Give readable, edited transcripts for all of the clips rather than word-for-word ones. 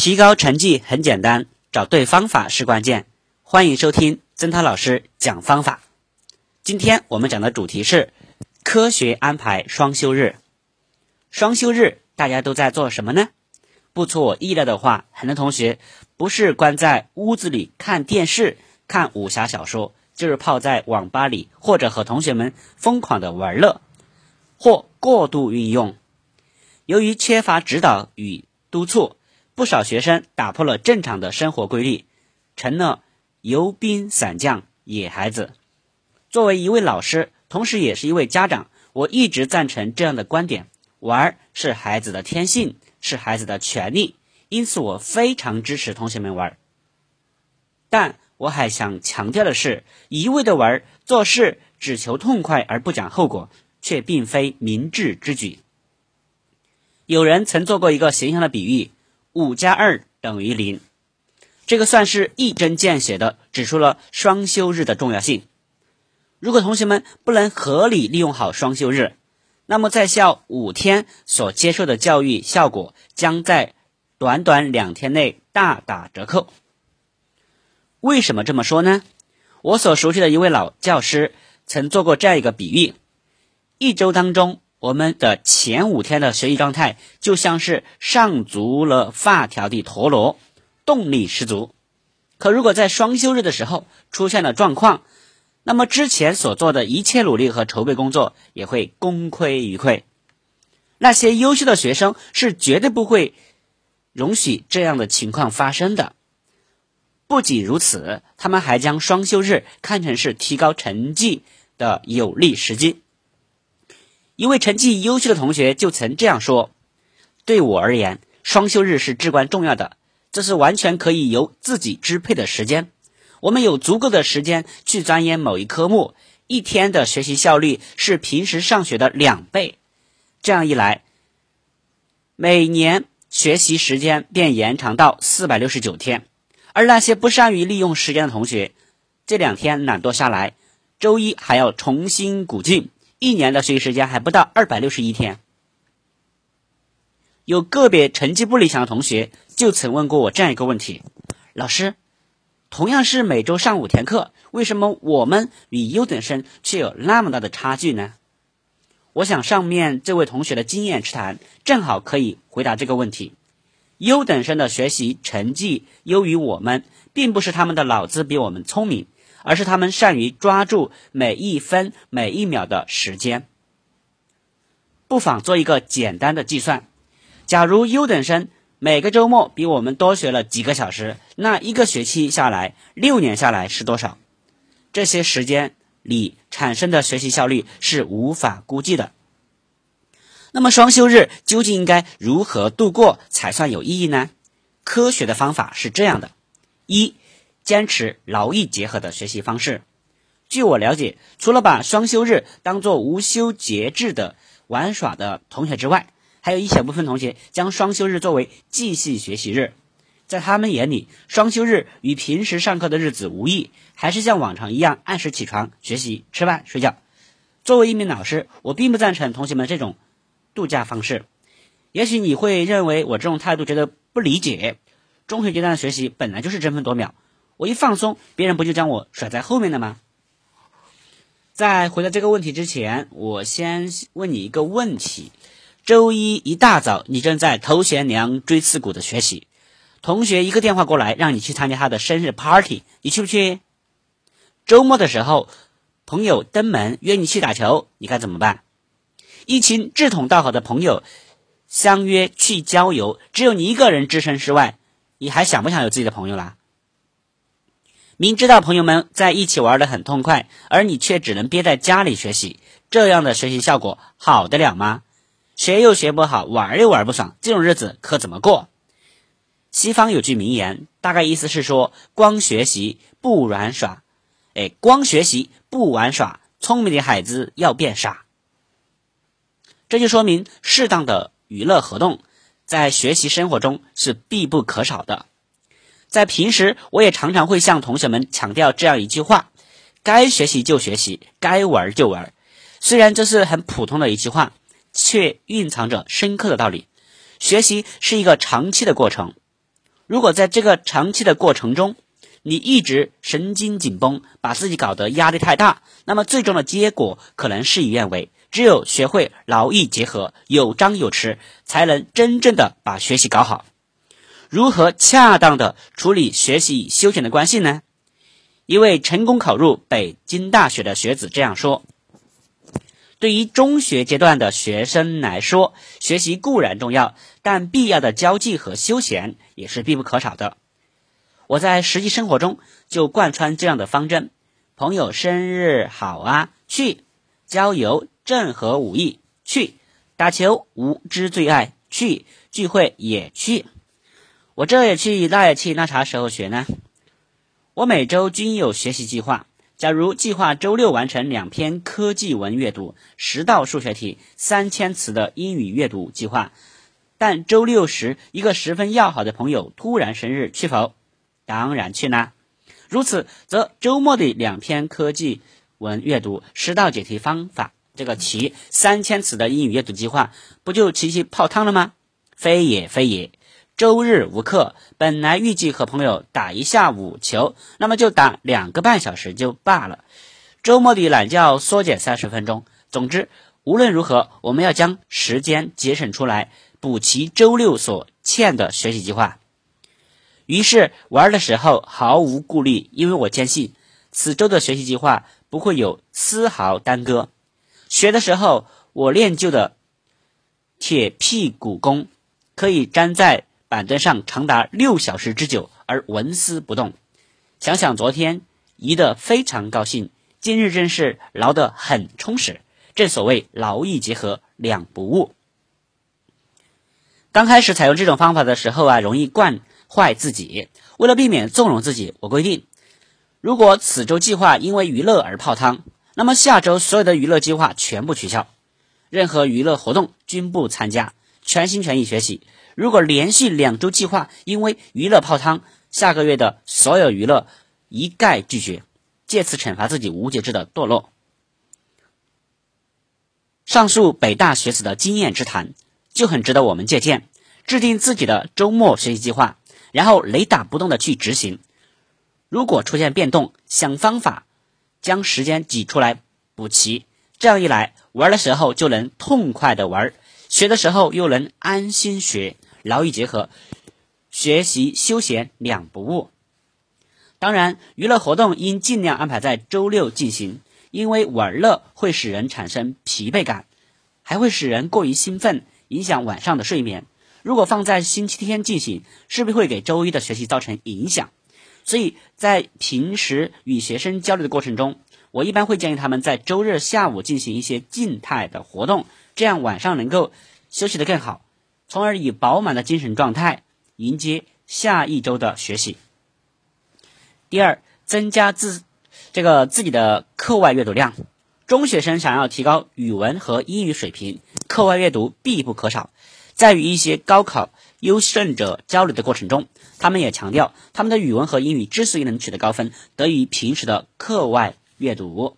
提高成绩很简单，找对方法是关键。欢迎收听曾涛老师讲方法。今天我们讲的主题是科学安排双休日。双休日大家都在做什么呢？不出我意料的话，很多同学不是关在屋子里看电视看武侠小说，就是泡在网吧里，或者和同学们疯狂的玩乐，或过度运用。由于缺乏指导与督促，不少学生打破了正常的生活规律，成了游兵散将野孩子。作为一位老师，同时也是一位家长，我一直赞成这样的观点：玩是孩子的天性，是孩子的权利，因此我非常支持同学们玩。但我还想强调的是，一味的玩，做事只求痛快而不讲后果，却并非明智之举。有人曾做过一个形象的比喻，5+2等于0，这个算是一针见血的指出了双休日的重要性。如果同学们不能合理利用好双休日，那么在校5天所接受的教育效果将在短短2天内大打折扣。为什么这么说呢？我所熟悉的一位老教师曾做过这样一个比喻：一周当中，我们的前5天的学习状态就像是上足了发条的陀螺，动力十足。可如果在双休日的时候出现了状况，那么之前所做的一切努力和筹备工作也会功亏一篑。那些优秀的学生是绝对不会容许这样的情况发生的。不仅如此，他们还将双休日看成是提高成绩的有利时机。一位成绩优秀的同学就曾这样说：对我而言，双休日是至关重要的，这是完全可以由自己支配的时间。我们有足够的时间去钻研某一科目，一天的学习效率是平时上学的2倍。这样一来，每年学习时间便延长到469天。而那些不善于利用时间的同学，这2天懒惰下来，周一还要重新鼓劲，一年的学习时间还不到261天。有个别成绩不理想的同学就曾问过我这样一个问题：老师，同样是每周上5天课，为什么我们与优等生却有那么大的差距呢？我想上面这位同学的经验之谈正好可以回答这个问题。优等生的学习成绩优于我们，并不是他们的脑子比我们聪明，而是他们善于抓住每一分每一秒的时间。不妨做一个简单的计算，假如优等生每个周末比我们多学了几个小时，那1个学期下来，6年下来是多少？这些时间里产生的学习效率是无法估计的。那么双休日究竟应该如何度过才算有意义呢？科学的方法是这样的：一、坚持劳逸结合的学习方式。据我了解，除了把双休日当作无休节制的玩耍的同学之外，还有一小部分同学将双休日作为继续学习日。在他们眼里，双休日与平时上课的日子无异，还是像往常一样按时起床、学习、吃饭、睡觉。作为一名老师，我并不赞成同学们这种度假方式。也许你会认为我这种态度觉得不理解，中学阶段的学习本来就是争分夺秒，我一放松，别人不就将我甩在后面了吗？在回答这个问题之前，我先问你一个问题：周一一大早，你正在头悬梁锥刺股的学习，同学一个电话过来让你去参加他的生日 party， 你去不去？周末的时候，朋友登门约你去打球，你该怎么办？一群志同道合的朋友相约去郊游，只有你一个人置身事外，你还想不想有自己的朋友啦？明知道朋友们在一起玩得很痛快，而你却只能憋在家里学习，这样的学习效果好得了吗？学又学不好，玩又玩不爽，这种日子可怎么过？西方有句名言，大概意思是说，光学习不玩耍，光学习不玩耍，聪明的孩子要变傻。这就说明适当的娱乐活动在学习生活中是必不可少的。在平时，我也常常会向同学们强调这样一句话：该学习就学习，该玩就玩。虽然这是很普通的一句话，却蕴藏着深刻的道理。学习是一个长期的过程， 如果在这个长期的过程中，你一直神经紧绷，把自己搞得压力太大，那么最终的结果可能事与愿违。只有学会劳逸结合，有张有弛，才能真正的把学习搞好。如何恰当的处理学习与休闲的关系呢？一位成功考入北京大学的学子这样说：对于中学阶段的学生来说，学习固然重要，但必要的交际和休闲也是必不可少的。我在实际生活中就贯穿这样的方针：朋友生日好啊，去；郊游正合吾意，去；打球无之最爱，去；聚会也去。我这也去那也去，那啥时候学呢？我每周均有学习计划。假如计划周六完成2篇科技文阅读、10道数学题、3000词的英语阅读计划，但周六时一个十分要好的朋友突然生日，去否？当然去啦。如此则周末的2篇科技文阅读、10道解题方法这个题、3000词的英语阅读计划不就齐齐泡汤了吗？非也非也。周日无课，本来预计和朋友打一下午球，那么就打2个半小时就罢了。周末的懒觉缩减30分钟。总之，无论如何，我们要将时间节省出来，补齐周六所欠的学习计划。于是玩的时候毫无顾虑，因为我坚信此周的学习计划不会有丝毫耽搁。学的时候，我练就的铁屁股功可以粘在板凳上长达6小时之久而纹丝不动。想想昨天移得非常高兴，今日真是劳得很充实。正所谓劳逸结合，两不误。刚开始采用这种方法的时候容易惯坏自己。为了避免纵容自己，我规定，如果此周计划因为娱乐而泡汤，那么下周所有的娱乐计划全部取消，任何娱乐活动均不参加，全心全意学习。如果连续2周计划因为娱乐泡汤，下个月的所有娱乐一概拒绝，借此惩罚自己无节制的堕落。上述北大学子的经验之谈就很值得我们借鉴。制定自己的周末学习计划，然后雷打不动的去执行。如果出现变动，想方法将时间挤出来补齐。这样一来，玩的时候就能痛快的玩，学的时候又能安心学，劳逸结合，学习休闲两不误。当然，娱乐活动应尽量安排在周六进行，因为玩乐会使人产生疲惫感，还会使人过于兴奋，影响晚上的睡眠。如果放在星期天进行，势必会给周一的学习造成影响。所以在平时与学生交流的过程中，我一般会建议他们在周日下午进行一些静态的活动，这样晚上能够休息得更好，从而以饱满的精神状态迎接下一周的学习。第二，增加自己的课外阅读量。中学生想要提高语文和英语水平，课外阅读必不可少。在与一些高考优胜者交流的过程中，他们也强调，他们的语文和英语之所以能取得高分，得益于平时的课外阅读。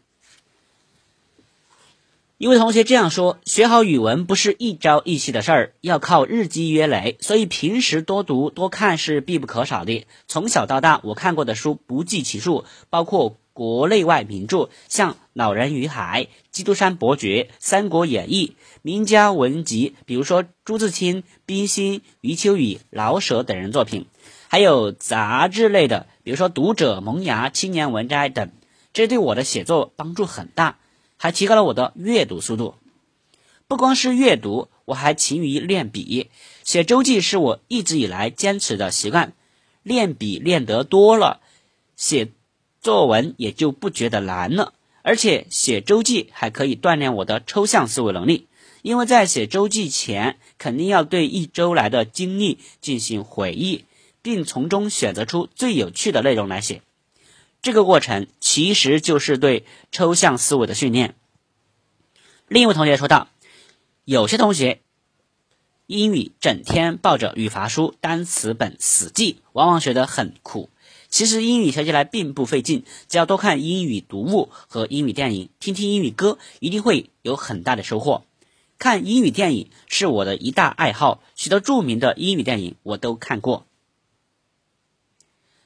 一位同学这样说，学好语文不是一朝一夕的事儿，要靠日积月累，所以平时多读多看是必不可少的。从小到大，我看过的书不计其数，包括国内外名著，像《老人与海》、《基督山伯爵》、《三国演义》、名家文集，比如说朱自清、冰心、余秋雨、老舍等人作品，还有杂志类的，比如说《读者》、《萌芽》、《青年文摘》等，这对我的写作帮助很大，还提高了我的阅读速度。不光是阅读，我还勤于练笔，写周记是我一直以来坚持的习惯。练笔练得多了，写作文也就不觉得难了，而且写周记还可以锻炼我的抽象思维能力，因为在写周记前肯定要对一周来的经历进行回忆，并从中选择出最有趣的内容来写。这个过程其实就是对抽象思维的训练。另一位同学说道，有些同学英语整天抱着语法书、单词本死记，往往学得很苦。其实英语学起来并不费劲，只要多看英语读物和英语电影，听听英语歌，一定会有很大的收获。看英语电影是我的一大爱好，许多著名的英语电影我都看过。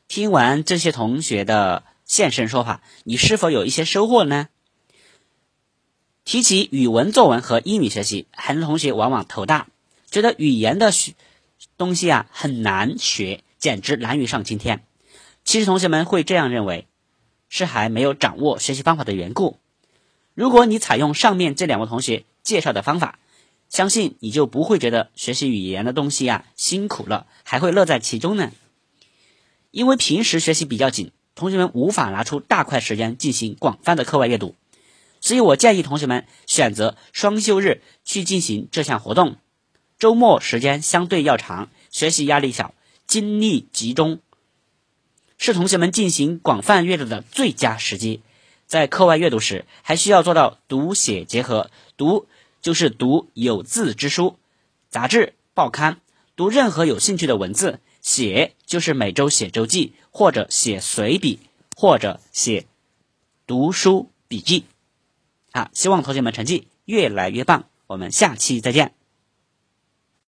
听完这些同学的现身说法，你是否有一些收获呢？提起语文作文和英语学习，很多同学往往头大，觉得语言的东西很难学，简直难于上青天。其实同学们会这样认为，是还没有掌握学习方法的缘故。如果你采用上面这两位同学介绍的方法，相信你就不会觉得学习语言的东西辛苦了，还会乐在其中呢。因为平时学习比较紧，同学们无法拿出大块时间进行广泛的课外阅读，所以我建议同学们选择双休日去进行这项活动。周末时间相对要长，学习压力小，精力集中，是同学们进行广泛阅读的最佳时机。在课外阅读时，还需要做到读写结合。读就是读有字之书、杂志、报刊，读任何有兴趣的文字；写就是每周写周记，或者写随笔，或者写读书笔记。希望同学们成绩越来越棒，我们下期再见。